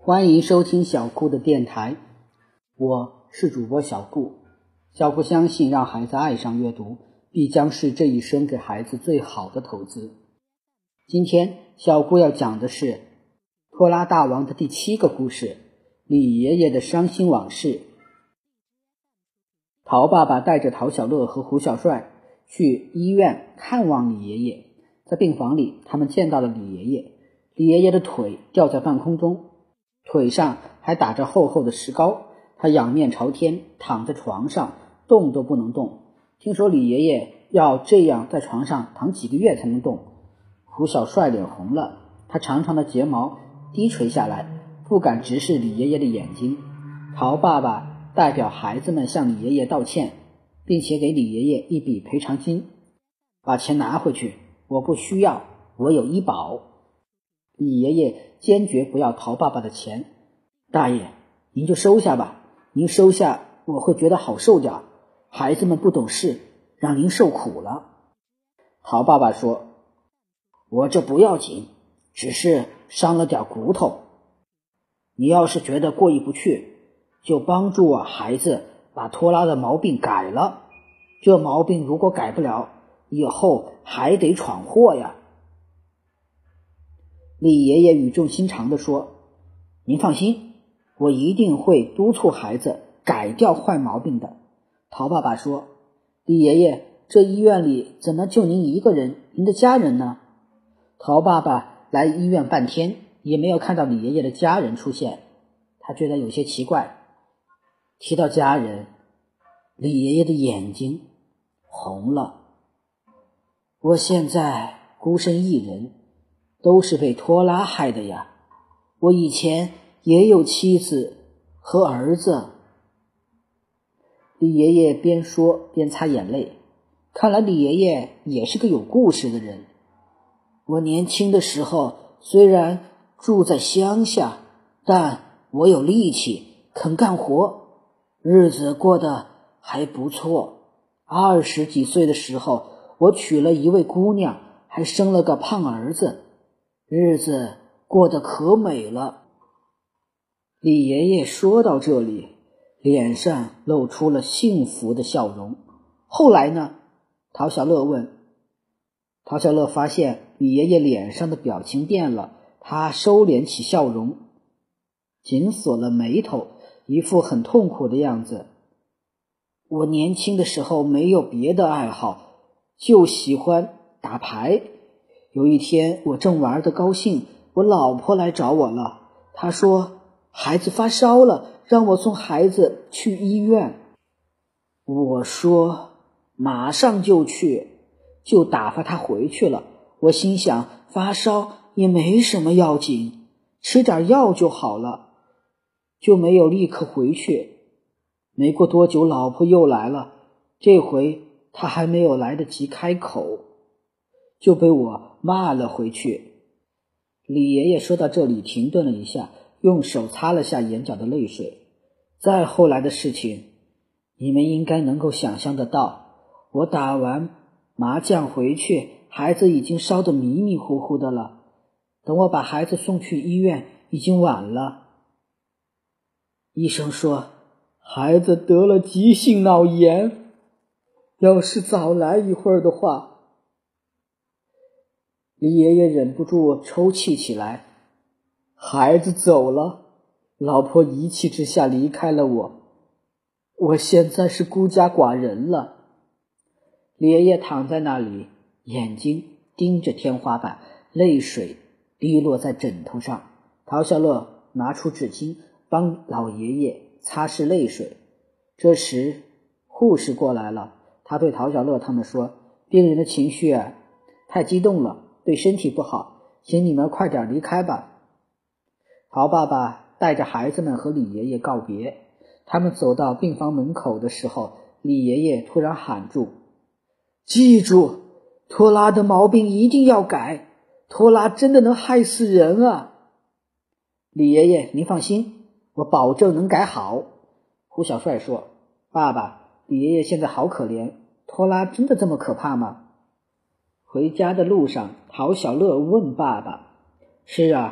欢迎收听小顾的电台，我是主播小顾。小顾相信让孩子爱上阅读，必将是这一生给孩子最好的投资。今天小顾要讲的是拖拉大王的第7个故事，李爷爷的伤心往事。陶爸爸带着陶小乐和胡小帅去医院看望李爷爷，在病房里他们见到了李爷爷。李爷爷的腿吊在半空中，腿上还打着厚厚的石膏，他仰面朝天躺在床上，动都不能动。听说李爷爷要这样在床上躺几个月才能动。胡小帅脸红了，他长长的睫毛低垂下来，不敢直视李爷爷的眼睛。陶爸爸代表孩子们向李爷爷道歉，并且给李爷爷一笔赔偿金。把钱拿回去，我不需要，我有医保。李爷爷坚决不要陶爸爸的钱。大爷，您就收下吧，您收下我会觉得好受点，孩子们不懂事，让您受苦了。陶爸爸说，我这不要紧，只是伤了点骨头。你要是觉得过意不去，就帮助我孩子把拖拉的毛病改了，这毛病如果改不了，以后还得闯祸呀。李爷爷语重心长地说，您放心，我一定会督促孩子改掉坏毛病的。陶爸爸说，李爷爷，这医院里怎么就您一个人，您的家人呢？陶爸爸来医院半天也没有看到李爷爷的家人出现，他觉得有些奇怪。提到家人，李爷爷的眼睛红了。我现在孤身一人，都是被拖拉害的呀。我以前也有妻子和儿子。李爷爷边说边擦眼泪，看来李爷爷也是个有故事的人。我年轻的时候虽然住在乡下，但我有力气，肯干活，日子过得还不错。20几岁的时候，我娶了一位姑娘，还生了个胖儿子，日子过得可美了。李爷爷说到这里，脸上露出了幸福的笑容。后来呢？陶小乐问。陶小乐发现李爷爷脸上的表情变了，他收敛起笑容，紧锁了眉头，一副很痛苦的样子。我年轻的时候没有别的爱好，就喜欢打牌。有一天我正玩得高兴，我老婆来找我了，她说孩子发烧了，让我送孩子去医院。我说马上就去，就打发他回去了。我心想发烧也没什么要紧，吃点药就好了，就没有立刻回去。没过多久老婆又来了，这回她还没有来得及开口，就被我骂了回去。李爷爷说到这里停顿了一下，用手擦了下眼角的泪水。再后来的事情你们应该能够想象得到，我打完麻将回去，孩子已经烧得迷迷糊糊的了，等我把孩子送去医院已经晚了。医生说孩子得了急性脑炎，要是早来一会儿的话。李爷爷忍不住抽泣起来，孩子走了，老婆一气之下离开了我，我现在是孤家寡人了。李爷爷躺在那里，眼睛盯着天花板，泪水滴落在枕头上。陶小乐拿出纸巾帮老爷爷擦拭泪水。这时护士过来了，他对陶小乐他们说，病人的情绪太激动了，对身体不好，请你们快点离开吧。陶爸爸带着孩子们和李爷爷告别，他们走到病房门口的时候，李爷爷突然喊住，记住，拖拉的毛病一定要改，拖拉真的能害死人啊。李爷爷您放心，我保证能改好。胡小帅说，爸爸，李爷爷现在好可怜，拖拉真的这么可怕吗？回家的路上，陶小乐问爸爸，是啊，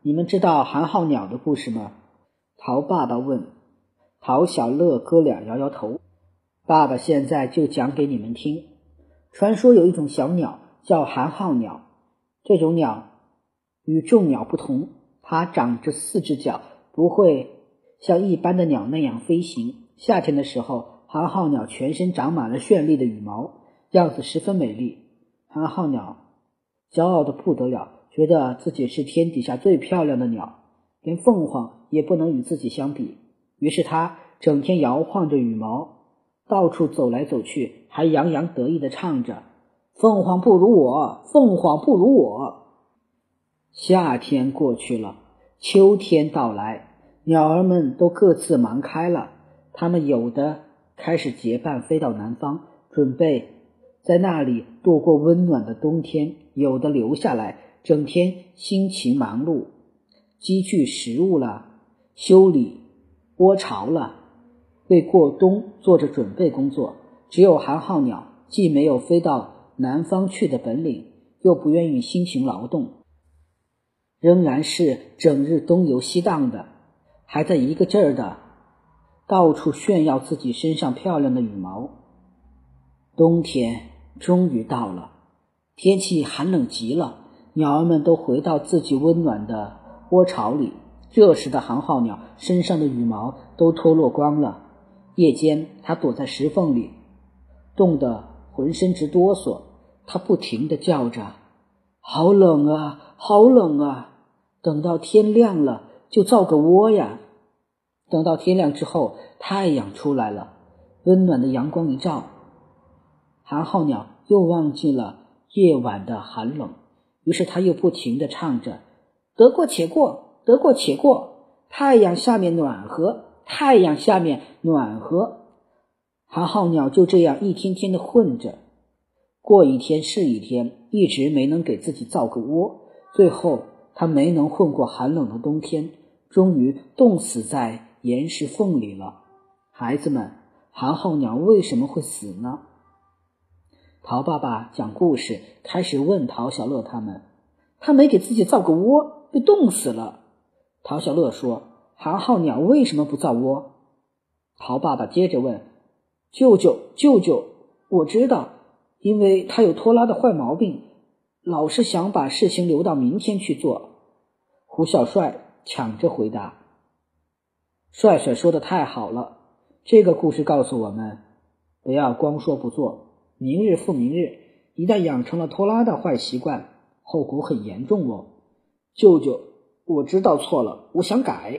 你们知道寒号鸟的故事吗？陶爸爸问。陶小乐哥俩摇摇头。爸爸现在就讲给你们听。传说有一种小鸟叫寒号鸟，这种鸟与众鸟不同，它长着4只脚，不会像一般的鸟那样飞行。夏天的时候，寒号鸟全身长满了绚丽的羽毛，样子十分美丽。寒号鸟骄傲得不得了，觉得自己是天底下最漂亮的鸟，连凤凰也不能与自己相比。于是它整天摇晃着羽毛，到处走来走去，还洋洋得意地唱着：凤凰不如我，凤凰不如我。夏天过去了，秋天到来，鸟儿们都各自忙开了。它们有的开始结伴飞到南方，准备在那里度过温暖的冬天，有的留下来，整天辛勤忙碌，积聚食物了，修理窝巢了，为过冬做着准备工作。只有寒号鸟既没有飞到南方去的本领，又不愿意辛勤劳动，仍然是整日东游西荡的，还在一个劲儿的到处炫耀自己身上漂亮的羽毛。冬天终于到了，天气寒冷极了，鸟儿们都回到自己温暖的窝巢里。这时的寒号鸟身上的羽毛都脱落光了，夜间它躲在石缝里，冻得浑身直哆嗦，它不停地叫着：好冷啊，好冷啊！等到天亮了就造个窝呀。等到天亮之后，太阳出来了，温暖的阳光一照，寒号鸟又忘记了夜晚的寒冷，于是它又不停地唱着：得过且过，得过且过，太阳下面暖和，太阳下面暖和。寒号鸟就这样一天天地混着，过一天是一天，一直没能给自己造个窝。最后它没能混过寒冷的冬天，终于冻死在岩石缝里了。孩子们，寒号鸟为什么会死呢？陶爸爸讲故事开始问陶小乐他们：他没给自己造个窝，被冻死了。陶小乐说：寒号鸟为什么不造窝？陶爸爸接着问：舅舅，我知道，因为他有拖拉的坏毛病，老是想把事情留到明天去做。胡小帅抢着回答。帅帅说得太好了，这个故事告诉我们，不要光说不做，明日复明日，一旦养成了拖拉的坏习惯，后果很严重哦。舅舅，我知道错了，我想改。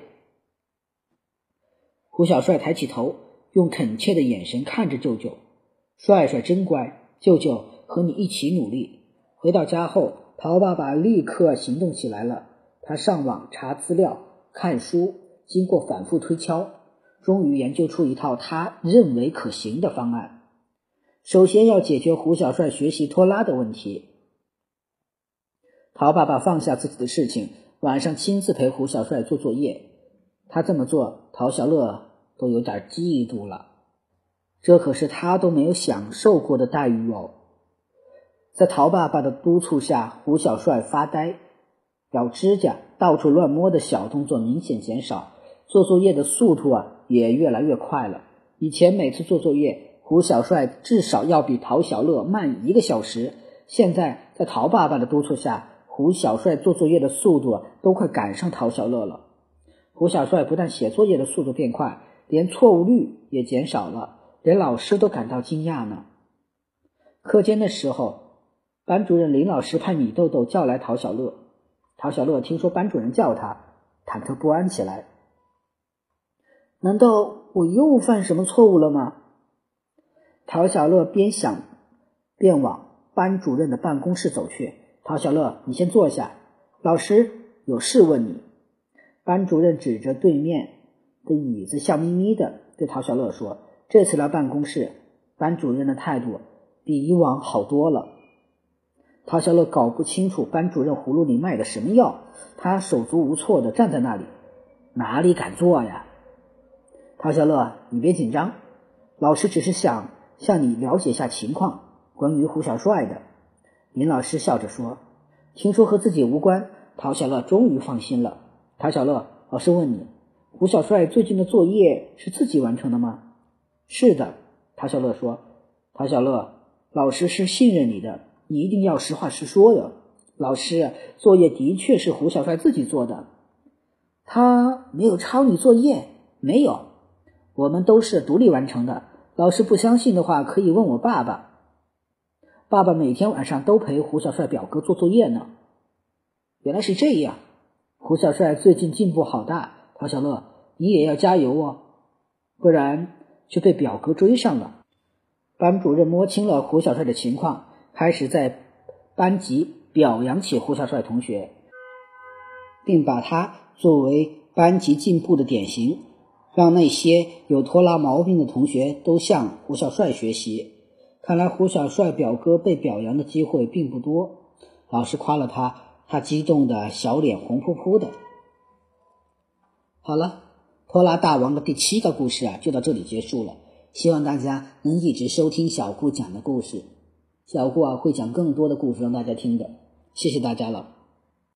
胡小帅抬起头，用恳切的眼神看着舅舅。帅帅真乖，舅舅和你一起努力。回到家后，陶爸爸立刻行动起来了。他上网查资料，看书，经过反复推敲，终于研究出一套他认为可行的方案。首先要解决胡小帅学习拖拉的问题。陶爸爸放下自己的事情，晚上亲自陪胡小帅做作业。他这么做，陶小乐都有点嫉妒了，这可是他都没有享受过的待遇哦。在陶爸爸的督促下，胡小帅发呆、咬指甲、到处乱摸的小动作明显减少，做作业的速度也越来越快了。以前每次做作业，胡小帅至少要比陶小乐慢1个小时，现在在陶爸爸的督促下，胡小帅做作业的速度都快赶上陶小乐了。胡小帅不但写作业的速度变快，连错误率也减少了，连老师都感到惊讶呢。课间的时候，班主任林老师派米豆豆叫来陶小乐。陶小乐听说班主任叫他，忐忑不安起来。难道我又犯什么错误了吗？陶小乐边想便往班主任的办公室走去。陶小乐，你先坐下，老师有事问你。班主任指着对面的椅子笑眯眯的对陶小乐说，这次来办公室，班主任的态度比以往好多了。陶小乐搞不清楚班主任葫芦里卖的什么药，他手足无措地站在那里，哪里敢做呀？陶小乐，你别紧张，老师只是想向你了解一下情况，关于胡小帅的。林老师笑着说，听说和自己无关， 陶小乐终于放心了。陶小乐，老师问你，胡小帅最近的作业是自己完成的吗？是的，陶小乐说。陶小乐，老师是信任你的，你一定要实话实说哟。老师，作业的确是胡小帅自己做的。他没有抄你作业？没有，我们都是独立完成的。老师不相信的话，可以问我爸爸。爸爸每天晚上都陪胡小帅表哥做作业呢。原来是这样，胡小帅最近进步好大，陶小乐，你也要加油哦，不然就被表哥追上了。班主任摸清了胡小帅的情况，开始在班级表扬起胡小帅同学，并把他作为班级进步的典型，让那些有拖拉毛病的同学都向胡小帅学习。看来胡小帅表哥被表扬的机会并不多，老师夸了他，他激动的小脸红扑扑的。好了，拖拉大王的第7个故事就到这里结束了，希望大家能一直收听小顾讲的故事，小顾会讲更多的故事让大家听的，谢谢大家了。